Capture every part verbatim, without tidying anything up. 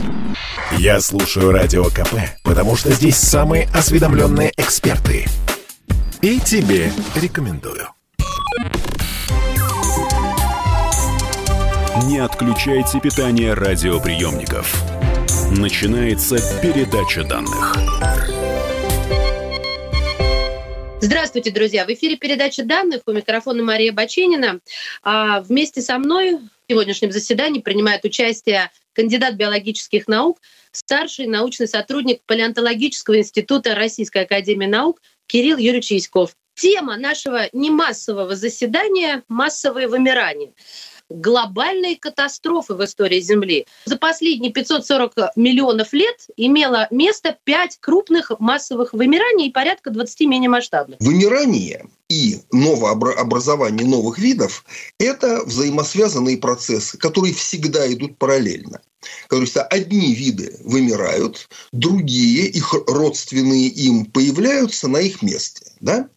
Я слушаю Радио КП, потому что здесь самые осведомленные эксперты. И тебе рекомендую. Не отключайте питание радиоприемников. Начинается передача данных. Здравствуйте, друзья! В эфире передача данных. У микрофона Мария Баченина. А вместе со мной в сегодняшнем заседании принимает участие кандидат биологических наук, старший научный сотрудник Палеонтологического института Российской академии наук Кирилл Юрьевич Яськов. Тема нашего немассового заседания — массовое вымирание. Глобальные катастрофы в истории Земли. За последние пятьсот сорок миллионов лет имело место пять крупных массовых вымираний и порядка двадцати менее масштабных. Вымирание и новообразование новых видов – это взаимосвязанные процессы, которые всегда идут параллельно. То есть одни виды вымирают, другие, их родственные им, появляются на их месте. Да?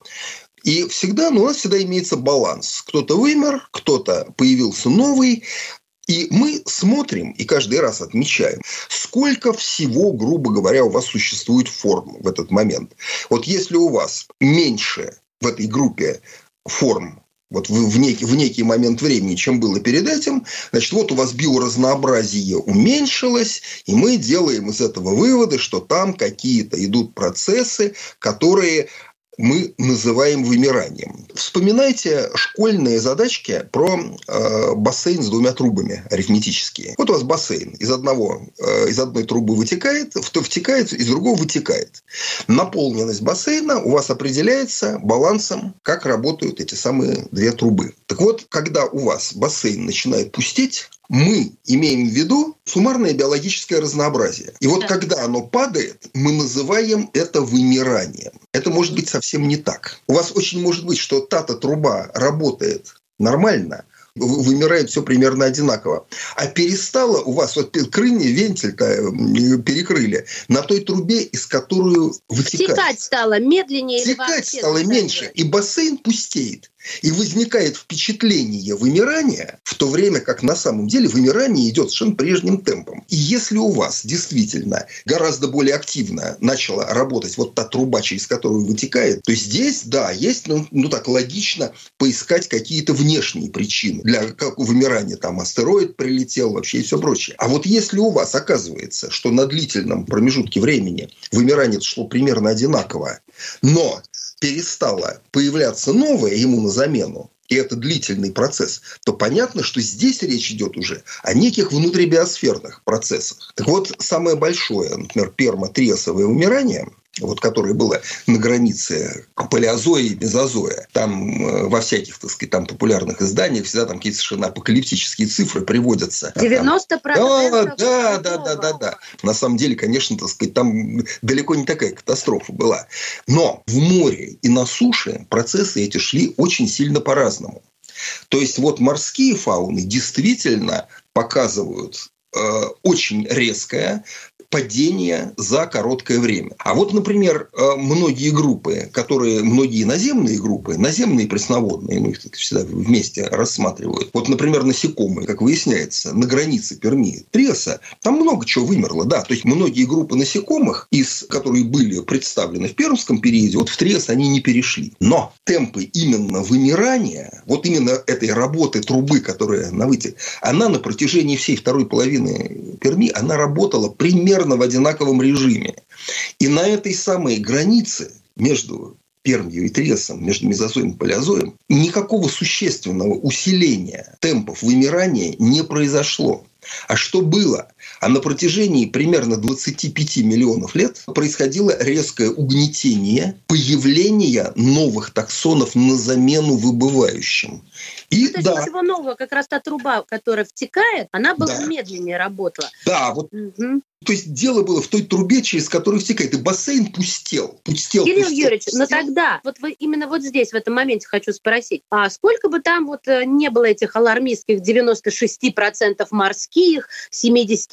И всегда, ну, у нас всегда имеется баланс. Кто-то вымер, кто-то появился новый. И мы смотрим и каждый раз отмечаем, сколько всего, грубо говоря, у вас существует форм в этот момент. Вот если у вас меньше в этой группе форм, вот в некий, в некий момент времени, чем было перед этим, значит, вот у вас биоразнообразие уменьшилось, и мы делаем из этого выводы, что там какие-то идут процессы, которые мы называем вымиранием. Вспоминайте школьные задачки про э, бассейн с двумя трубами арифметические. Вот у вас бассейн из одного, э, из одной трубы вытекает, втекает, из другого вытекает. Наполненность бассейна у вас определяется балансом, как работают эти самые две трубы. Так вот, когда у вас бассейн начинает пустеть, мы имеем в виду суммарное биологическое разнообразие. И вот да. когда оно падает, мы называем это вымиранием. Это может быть совсем не так. У вас очень может быть, что та-то труба работает нормально, вымирает все примерно одинаково. А перестало у вас, вот крылья, вентиль-то перекрыли на той трубе, из которой вытекает. Втекать стало медленнее. Втекать стало меньше, и бассейн пустеет. И возникает впечатление вымирания, в то время как на самом деле вымирание идет совершенно прежним темпом. И если у вас действительно гораздо более активно начала работать вот та труба, через которую вытекает, то здесь, да, есть, ну, ну так логично поискать какие-то внешние причины для как вымирания. Там астероид прилетел вообще и все прочее. А вот если у вас оказывается, что на длительном промежутке времени вымирание шло примерно одинаково, но перестало появляться новое ему на замену, и это длительный процесс, то понятно, что здесь речь идет уже о неких внутрибиосферных процессах. Так вот, самое большое, например, пермо-триасовое вымирание, вот, которое было на границе палеозоя и мезозоя, там во всяких, так сказать, там популярных изданиях всегда там какие-то совершенно апокалиптические цифры приводятся. девяносто процентов Да, да, да, да, да, да. На самом деле, конечно, так сказать, там далеко не такая катастрофа была. Но в море и на суше процессы эти шли очень сильно по-разному. То есть, вот морские фауны действительно показывают э, очень резкое падение за короткое время. А вот, например, многие группы, которые, многие наземные группы, наземные и пресноводные, ну, их всегда вместе рассматривают. Вот, например, насекомые, как выясняется, на границе Перми-Триаса, там много чего вымерло, да. То есть, многие группы насекомых, из, которые были представлены в Пермском периоде, вот в Триас они не перешли. Но темпы именно вымирания, вот именно этой работы трубы, которая на вытек, она на протяжении всей второй половины Перми, она работала примерно в одинаковом режиме. И на этой самой границе между Пермью и Триасом, между мезозоем и палеозоем, никакого существенного усиления темпов вымирания не произошло. А что было? А на протяжении примерно двадцати пяти миллионов лет происходило резкое угнетение появления новых таксонов на замену выбывающим. И, ну, то есть да, ничего нового, как раз та труба, которая втекает, она была да. медленнее работала. Да, вот. Угу. То есть дело было в той трубе, через которую втекает. И бассейн пустел. пустел Кирилл пустел, Юрьевич, пустел. но тогда, вот вы именно вот здесь, в этом моменте хочу спросить, а сколько бы там вот не было этих алармистских девяносто шесть процентов морских, семьдесят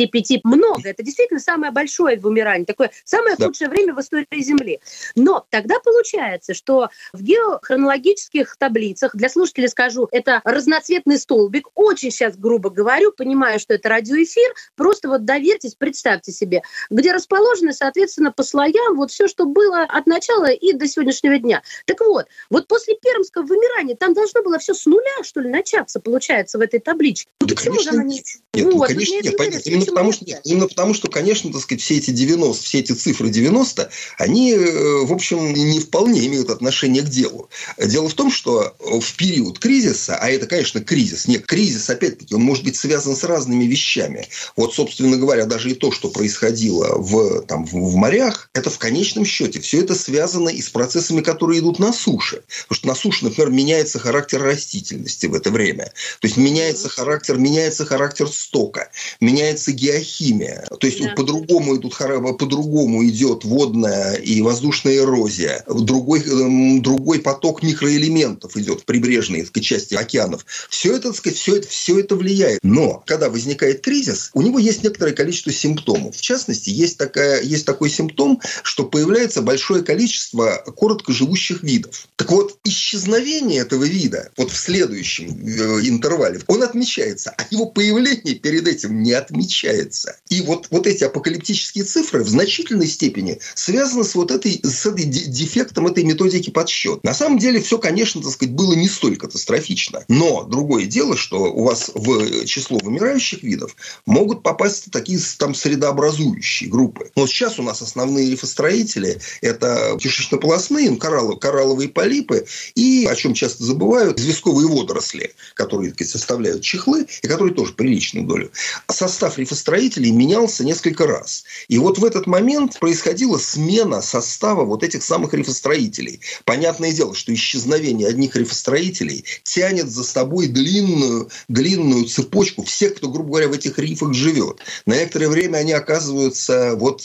семидесяти пяти много. Это действительно самое большое вымирание, такое самое Да. худшее время в истории Земли. Но тогда получается, что в геохронологических таблицах, для слушателей скажу, это разноцветный столбик, очень сейчас грубо говорю, понимаю, что это радиоэфир, просто вот доверьтесь, представьте себе, где расположены, соответственно, по слоям вот все, что было от начала и до сегодняшнего дня. Так вот, вот после пермского вымирания там должно было все с нуля, что ли, начаться, получается, в этой табличке. Ну, Да, почему же конечно, она не... нет. Нет, ну, Вот, конечно, вот мне нет. это Понятно. интересно, Именно почему потому, нет? что, нет, именно потому, что, конечно, так сказать, все эти девяносто, все эти цифры девяносто, они, э, в общем, не вполне имеют отношение к делу. Дело в том, что в период кризиса, а это, конечно, кризис, нет, кризис, опять-таки, он может быть связан с разными вещами. Вот, собственно говоря, даже и то, что происходило в, там, в, в морях, это в конечном счете все это связано и с процессами, которые идут на суше. Потому что на суше, например, меняется характер растительности в это время. То есть меняется характер, меняется характер стока, меняется геохимия. То есть Да. по-другому идут, по-другому идет водная и воздушная эрозия. Другой, эм, другой поток микроэлементов идет в прибрежной, так сказать, части океанов. Все это, так сказать, все это, все это влияет. Но когда возникает кризис, у него есть некоторое количество симптомов. В частности, есть, такая, есть такой симптом, что появляется большое количество короткоживущих видов. Так вот, исчезновение этого вида вот в следующем э, интервале, он отмечается, а его появление перед этим не отмечается. И вот, вот эти апокалиптические цифры в значительной степени связаны с вот этой, с этой дефектом этой методики подсчета. На самом деле все, конечно, так сказать, было не столь катастрофично. Но другое дело, что у вас в число вымирающих видов могут попасть такие там средообразующие группы. Вот сейчас у нас основные рифостроители – это кишечно-полосные, коралловые, коралловые полипы и, о чем часто забывают, известковые водоросли, которые, так сказать, составляют чехлы и которые тоже приличную долю. Состав рифостроителей менялся несколько раз. И вот в этот момент происходила смена состава вот этих самых рифостроителей. Понятное дело, что исчезновение одних рифостроителей тянет за собой длинную, длинную цепочку всех, кто, грубо говоря, в этих рифах живет. На некоторое время они оказываются вот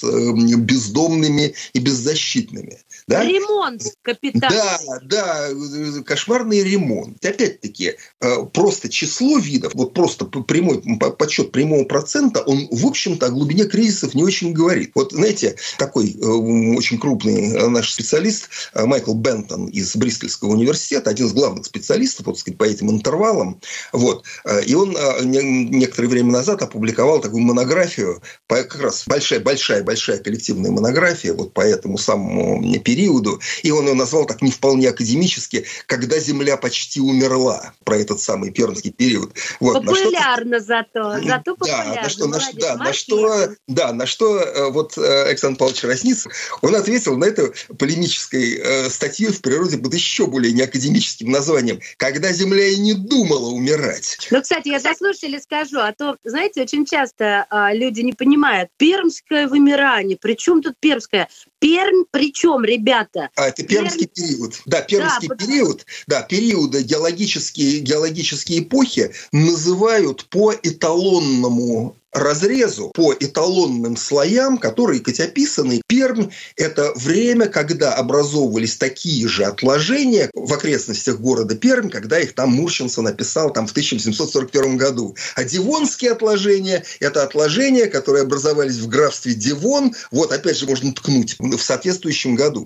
бездомными и беззащитными. Да? Ремонт капитальный. Да, да, кошмарный ремонт. Опять-таки, просто число видов, вот просто прямой подсчет прямого процента, он, в общем-то, о глубине кризисов не очень говорит. Вот, знаете, такой очень крупный наш специалист Майкл Бентон из Бристольского университета, один из главных специалистов, вот, так сказать, по этим интервалам, вот, и он некоторое время назад опубликовал такую монографию, как раз большая-большая-большая коллективная монография вот по этому самому периоду, и он ее назвал так не вполне академически «Когда Земля почти умерла», про этот самый пермский период. Вот, популярно на что... зато, зато популярно. Да, на что, на, Молодец, да, на что, да, на что вот Александр Павлович Росницын, он ответил на эту полемической э, статью в «Природе» под еще более неакадемическим названием «Когда Земля и не думала умирать». Ну, кстати, я за слушателей скажу, а то, знаете, очень часто а, люди не понимают. Пермское вымирание, при чем тут пермское? Пермь, причем, ребята? А, это пермский Пермь... период. Да, пермский да, период. Да, периоды геологические, геологические эпохи называют по эталонному разрезу, по эталонным слоям, которые, хоть описаны. Пермь – это время, когда образовывались такие же отложения в окрестностях города Пермь, когда их там Мурченко написал там, в тысяча восемьсот сорок первом году. А девонские отложения – это отложения, которые образовались в графстве Девон. Вот, опять же, можно ткнуть в соответствующем году.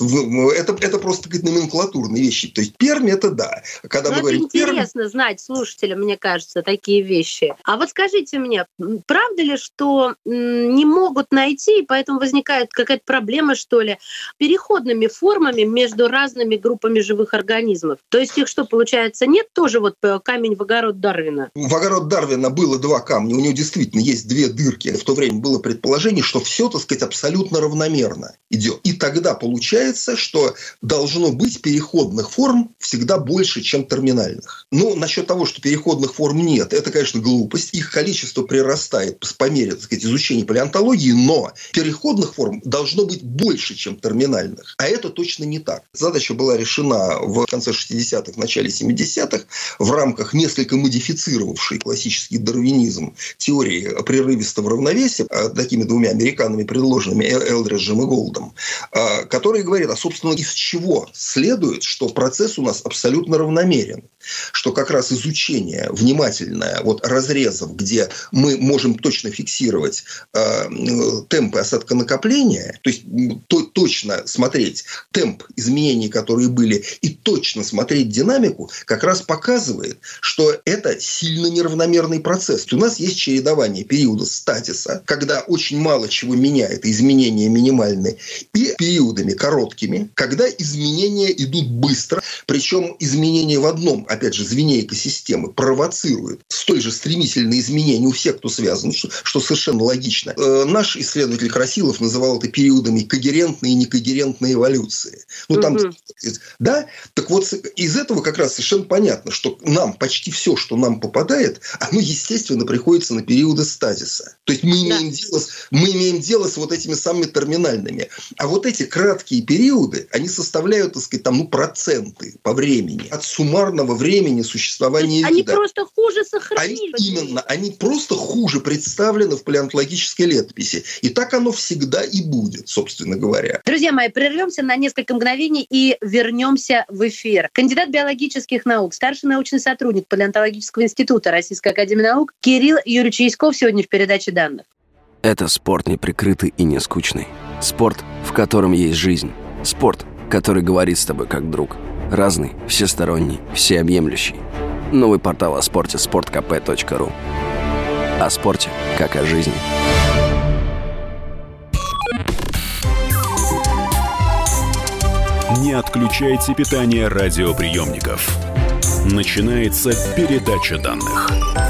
Это, это просто какие-то номенклатурные вещи. То есть Пермь – это да. Когда мы говорим интересно Пермь... знать слушателям, мне кажется, такие вещи. А вот скажите мне, правда ли, что не могут найти, и поэтому возникает какая-то проблема, что ли, переходными формами между разными группами живых организмов? То есть их что, получается, нет? Тоже вот камень в огород Дарвина? В огород Дарвина было два камня. У него действительно есть две дырки. В то время было предположение, что все, так сказать, абсолютно равномерно идет. И тогда получается, что должно быть переходных форм всегда больше, чем терминальных. Ну, насчет того, что переходных форм нет, это, конечно, глупость. Их количество прирастает по мере, так сказать, изучения палеонтологии, но переходных форм должно быть больше, чем терминальных. А это точно не так. Задача была решена в конце шестидесятых, начале семидесятых в рамках несколько модифицировавшей классический дарвинизм теории прерывистого равновесия такими двумя американами, предложенными Элдриджем и Голдом, которые говорят, а, собственно, из чего следует, что процесс у нас абсолютно равномерен. что как раз изучение внимательное вот разрезов, где мы можем точно фиксировать э, темпы осадконакопления, то есть то, точно смотреть темп изменений, которые были, и точно смотреть динамику, как раз показывает, что это сильно неравномерный процесс. У нас есть чередование периода статиса, когда очень мало чего меняет, изменения минимальные, и периодами короткими, когда изменения идут быстро, причем изменения в одном, опять же, звене экосистемы провоцируют столь же стремительные изменения у всех, кто связан, что, что совершенно логично. Э, наш исследователь Красилов называл это периодами когерентной и некогерентной эволюции. Ну, там, угу. Да? Так вот, из этого как раз совершенно понятно, что нам почти все, что нам попадает, оно, естественно, приходится на периоды стазиса. То есть мы имеем, да. дело, с, мы имеем дело с вот этими самыми терминальными. А вот эти краткие периоды, они составляют, так сказать, там, ну, проценты по времени от суммарного времени существования вида. Они просто хуже сохранились. Они, именно, они просто хуже представлены в палеонтологической летописи. И так оно всегда и будет, собственно говоря. Друзья мои, прервемся на несколько мгновений и вернемся в эфир. Кандидат биологических наук, старший научный сотрудник Палеонтологического института Российской академии наук Кирилл Юрьевич Яськов сегодня в передаче данных. Это спорт неприкрытый и не скучный. Спорт, в котором есть жизнь. Спорт, который говорит с тобой как друг. Разный, всесторонний, всеобъемлющий. Новый портал о спорте – спорт кей пи точка ру. О спорте, как о жизни. Не отключайте питание радиоприемников. Начинается передача данных.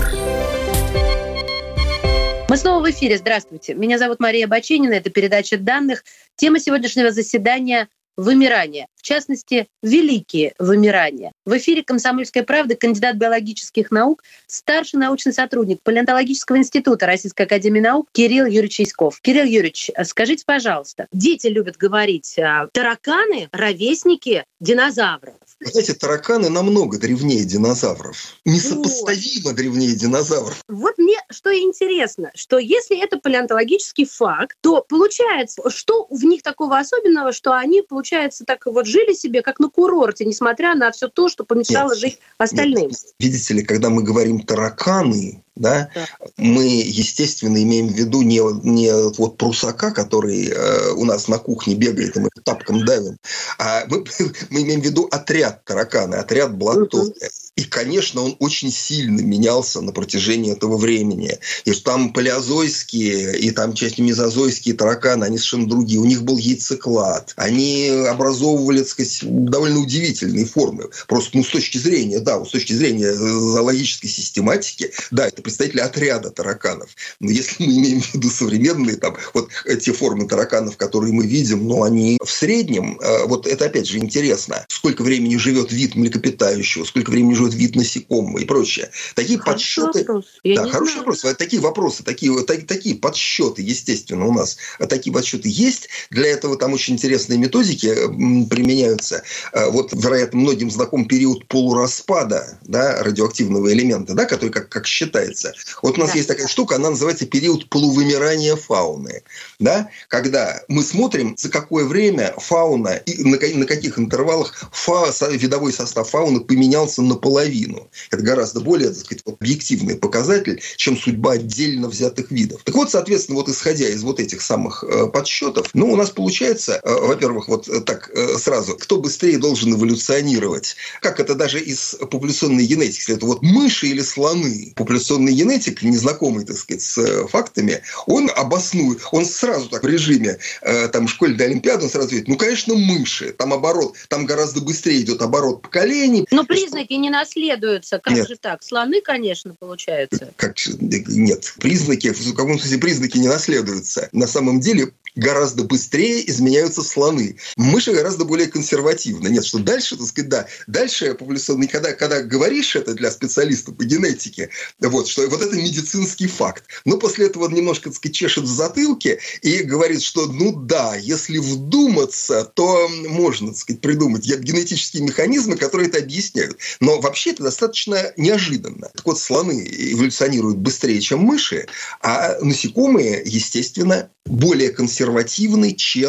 Мы снова в эфире. Здравствуйте. Меня зовут Мария Баченина. Это передача данных. Тема сегодняшнего заседания – вымирание. В частности, великие вымирания. В эфире «Комсомольская правда» кандидат биологических наук, старший научный сотрудник Палеонтологического института Российской академии наук Кирилл Юрьевич Яськов. Кирилл Юрьевич, скажите, пожалуйста, дети любят говорить, тараканы – ровесники динозавров. Знаете, тараканы намного древнее динозавров. Несопоставимо вот. древнее динозавров. Вот мне что интересно, что если это палеонтологический факт, то получается, что в них такого особенного, что они, получается, так вот жили себе, как на курорте, несмотря на все то, что помешало нет, жить остальным. Нет. Видите ли, когда мы говорим тараканы, да, да. мы, естественно, имеем в виду не, не вот прусака, который э, у нас на кухне бегает, и мы тапком давим, а мы, мы имеем в виду отряд тараканы, отряд блатоны. Uh-huh. И, конечно, он очень сильно менялся на протяжении этого времени. И там палеозойские, и там часть мезозойские тараканы, они совершенно другие. У них был яйцеклад. Они образовывали, так сказать, довольно удивительные формы. Просто ну, с точки зрения, да, вот с точки зрения зоологической систематики, да, это представители отряда тараканов. Но если мы имеем в виду современные, там, вот те формы тараканов, которые мы видим, ну, они в среднем, вот это опять же интересно, сколько времени живет вид млекопитающего, сколько времени живет вид насекомого и прочее. Такие хороший подсчеты... Вопрос. Я да, хороший знаю. вопрос. Такие вопросы, такие, так, такие подсчеты, естественно, у нас такие подсчеты есть. Для этого там очень интересные методики применяются. Вот, вероятно, многим знаком период полураспада, да, радиоактивного элемента, да, который как, как считается. Вот у нас да. есть такая штука, она называется период полувымирания фауны. Да? Когда мы смотрим, за какое время фауна и на, на каких интервалах фа, видовой состав фауны поменялся наполовину. Это гораздо более, так сказать, объективный показатель, чем судьба отдельно взятых видов. Так вот, соответственно, вот исходя из вот этих самых э, подсчетов, ну, у нас получается, э, во-первых, вот так э, сразу, кто быстрее должен эволюционировать. Как это даже из популяционной генетики. Это вот мыши или слоны. Популяционный генетик, незнакомый, так сказать, с фактами, он обоснует, он сразу так в режиме э, там, школьной олимпиады, он сразу говорит, ну, конечно, мыши, там оборот, там гораздо быстрее идет оборот поколений. Но признаки не наследуются, как нет. же так? Слоны, конечно, получается. Как, нет, признаки, в каком смысле признаки не наследуются. На самом деле гораздо быстрее изменяются слоны. Мыши гораздо более консервативны. Нет, что дальше, так сказать, да, дальше популяционный, когда, когда говоришь это для специалистов по генетике, вот, что вот это медицинский факт. Но после этого он немножко, так сказать, чешет в затылке и говорит, что, ну да, если вдуматься, то можно, так сказать, придумать генетические механизмы, которые это объясняют. Но вообще это достаточно неожиданно. Так вот, слоны эволюционируют быстрее, чем мыши, а насекомые, естественно, более консервативны, чем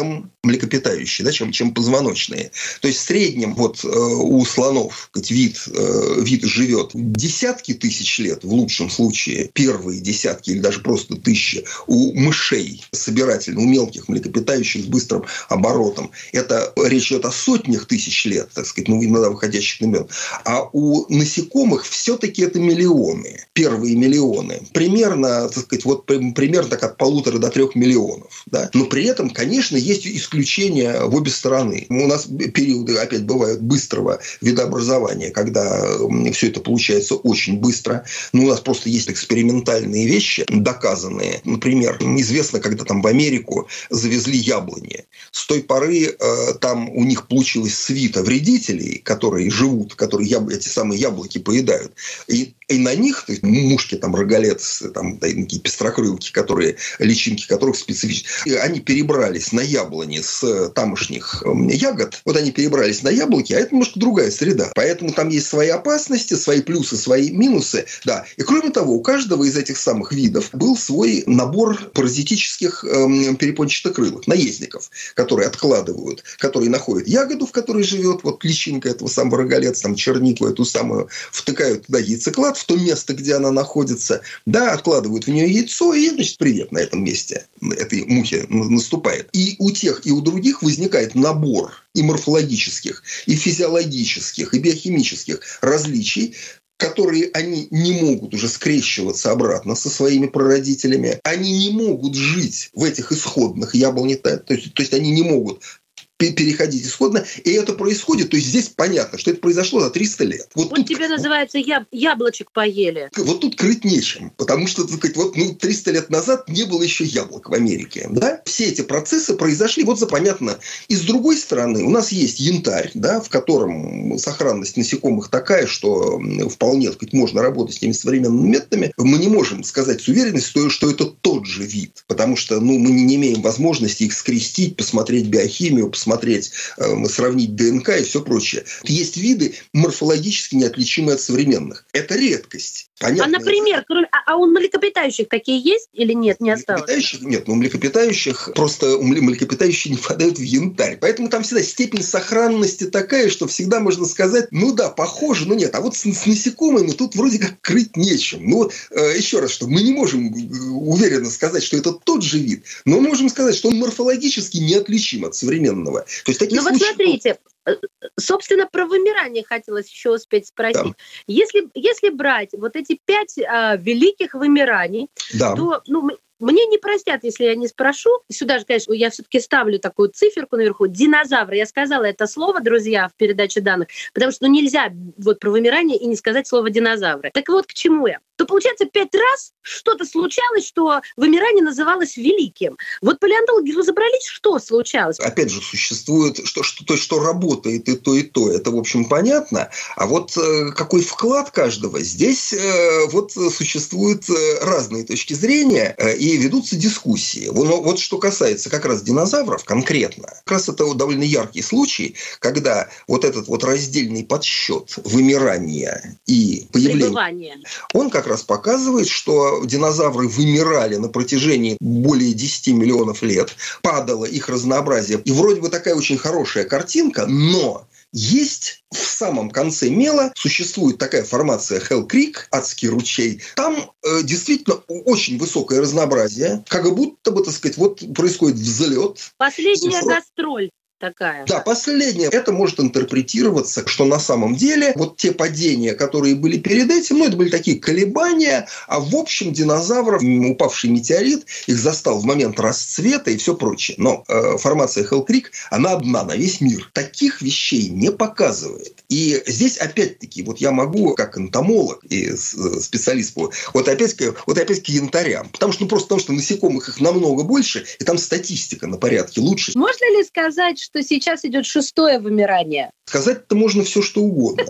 млекопитающие, да, чем, чем позвоночные. То есть в среднем вот, э, у слонов вид, э, вид живет десятки тысяч лет, в лучшем случае, первые десятки или даже просто тысячи. У мышей собирательно, у мелких млекопитающих с быстрым оборотом, это речь идет о сотнях тысяч лет, так сказать, ну, иногда выходящих на миллион. А у насекомых все-таки это миллионы, первые миллионы. Примерно, так сказать, вот примерно так от полутора до трех миллионов. Да? Но при этом, конечно, есть исключения в обе стороны. У нас периоды, опять, бывают быстрого видообразования, когда все это получается очень быстро. Но у нас просто есть экспериментальные вещи, доказанные. Например, известно, когда там в Америку завезли яблони. С той поры э, там у них получилась свита вредителей, которые живут, которые яб... эти самые яблоки поедают. И И на них, то есть мушки, там, роголец, там, такие пестрокрылки, которые, личинки которых специфические, они перебрались на яблони с тамошних ягод. Вот они перебрались на яблоки, а это немножко другая среда. Поэтому там есть свои опасности, свои плюсы, свои минусы. Да. И кроме того, у каждого из этих самых видов был свой набор паразитических э, перепончатокрылых, наездников, которые откладывают, которые находят ягоду, в которой живет вот личинка этого самого роголец, там, чернику эту самую, втыкают туда яйцеклад, в то место, где она находится, да, откладывают в нее яйцо, и, значит, привет на этом месте этой мухи наступает. И у тех, и у других возникает набор и морфологических, и физиологических, и биохимических различий, которые они не могут уже скрещиваться обратно со своими прародителями. Они не могут жить в этих исходных яблонях, то есть, то есть они не могут переходить исходно, и это происходит, то есть здесь понятно, что это произошло за триста лет. Вот, вот тут, тебе называется яб- яблочек поели. Вот тут крыть нечем, потому что, так сказать, вот, ну, триста лет назад не было еще яблок в Америке. Да? Все эти процессы произошли, вот за понятно. И с другой стороны, у нас есть янтарь, да, в котором сохранность насекомых такая, что вполне, так сказать, можно работать с теми современными методами. Мы не можем сказать с уверенностью, что это тот же вид, потому что, ну, мы не имеем возможности их скрестить, посмотреть биохимию, посмотреть смотреть, сравнить ДНК и все прочее. Есть виды морфологически неотличимые от современных. Это редкость. Понятно. А, например, а, а у млекопитающих такие есть или нет? Не осталось? Млекопитающих нет, но у млекопитающих просто у млекопитающие не впадают в янтарь. Поэтому там всегда степень сохранности такая, что всегда можно сказать, ну да, похоже, но нет. А вот с, с насекомыми тут вроде как крыть нечем. Ну, э, еще раз, что мы не можем уверенно сказать, что это тот же вид, но мы можем сказать, что он морфологически неотличим от современного. То есть таких ну случаев... вот смотрите, собственно, про вымирание хотелось еще успеть спросить. Да. Если, если брать вот эти пять а, великих вымираний, да. то ну, мне не простят, если я не спрошу. Сюда же, конечно, я все-таки ставлю такую циферку наверху. Динозавры. Я сказала это слово, друзья, в передаче данных, потому что ну, нельзя вот про вымирание и не сказать слово динозавры. Так вот, к чему я? То, получается, пять раз что-то случалось, что вымирание называлось великим. Вот палеонтологи разобрались, что случалось. Опять же, существует, что, что, то, что работает и то, и то. Это, в общем, понятно. А вот э, какой вклад каждого? Здесь э, вот существуют разные точки зрения э, и ведутся дискуссии. Вот, вот что касается как раз динозавров конкретно. Как раз это довольно яркий случай, когда вот этот вот раздельный подсчет вымирания и появления... Пребывание. Он как раз показывает, что динозавры вымирали на протяжении более десяти миллионов лет, падало их разнообразие. И вроде бы такая очень хорошая картинка, но есть в самом конце мела существует такая формация Hell Creek, адский ручей. Там э, действительно очень высокое разнообразие, как будто бы, так сказать, вот происходит взлет. Последняя гастроль. Такая. Да, последнее. Это может интерпретироваться, что на самом деле вот те падения, которые были перед этим, ну, это были такие колебания, а в общем динозавров, упавший метеорит, их застал в момент расцвета и все прочее. Но э, формация Hell Creek, она одна на весь мир. Таких вещей не показывает. И здесь опять-таки, вот я могу, как энтомолог и специалист по... Вот опять, вот опять к янтарям. Потому что, ну, просто потому что насекомых их намного больше, и там статистика на порядке лучше. Можно ли сказать, что сейчас идет шестое вымирание? Сказать-то можно все, что угодно.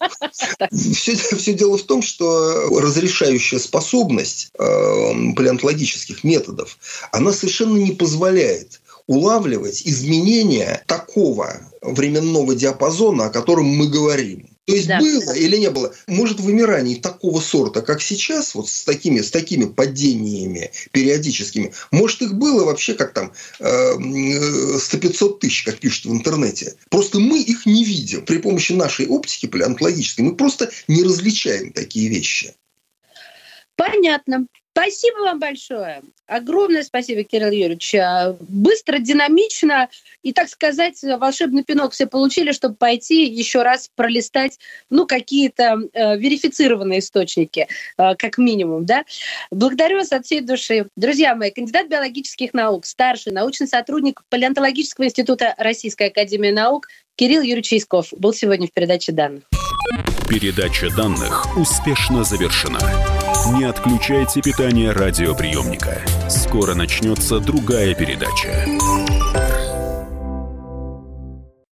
Все, все дело в том, что разрешающая способность э, палеонтологических методов, она совершенно не позволяет улавливать изменения такого временного диапазона, о котором мы говорим. То есть да, было да. или не было? Может, вымирание такого сорта, как сейчас, вот с такими, с такими падениями периодическими, может, их было вообще как там сто-пятьсот тысяч, как пишут в интернете. Просто мы их не видим. При помощи нашей оптики палеонтологической мы просто не различаем такие вещи. Понятно. Спасибо вам большое. Огромное спасибо, Кирилл Юрьевич. Быстро, динамично и, так сказать, волшебный пинок все получили, чтобы пойти еще раз пролистать, ну, какие-то э, верифицированные источники, э, как минимум, да. Благодарю вас от всей души. Друзья мои, кандидат биологических наук, старший научный сотрудник Палеонтологического института Российской академии наук Кирилл Юрьевич Яськов был сегодня в передаче данных. Передача данных успешно завершена. Не отключайте питание радиоприемника. Скоро начнется другая передача.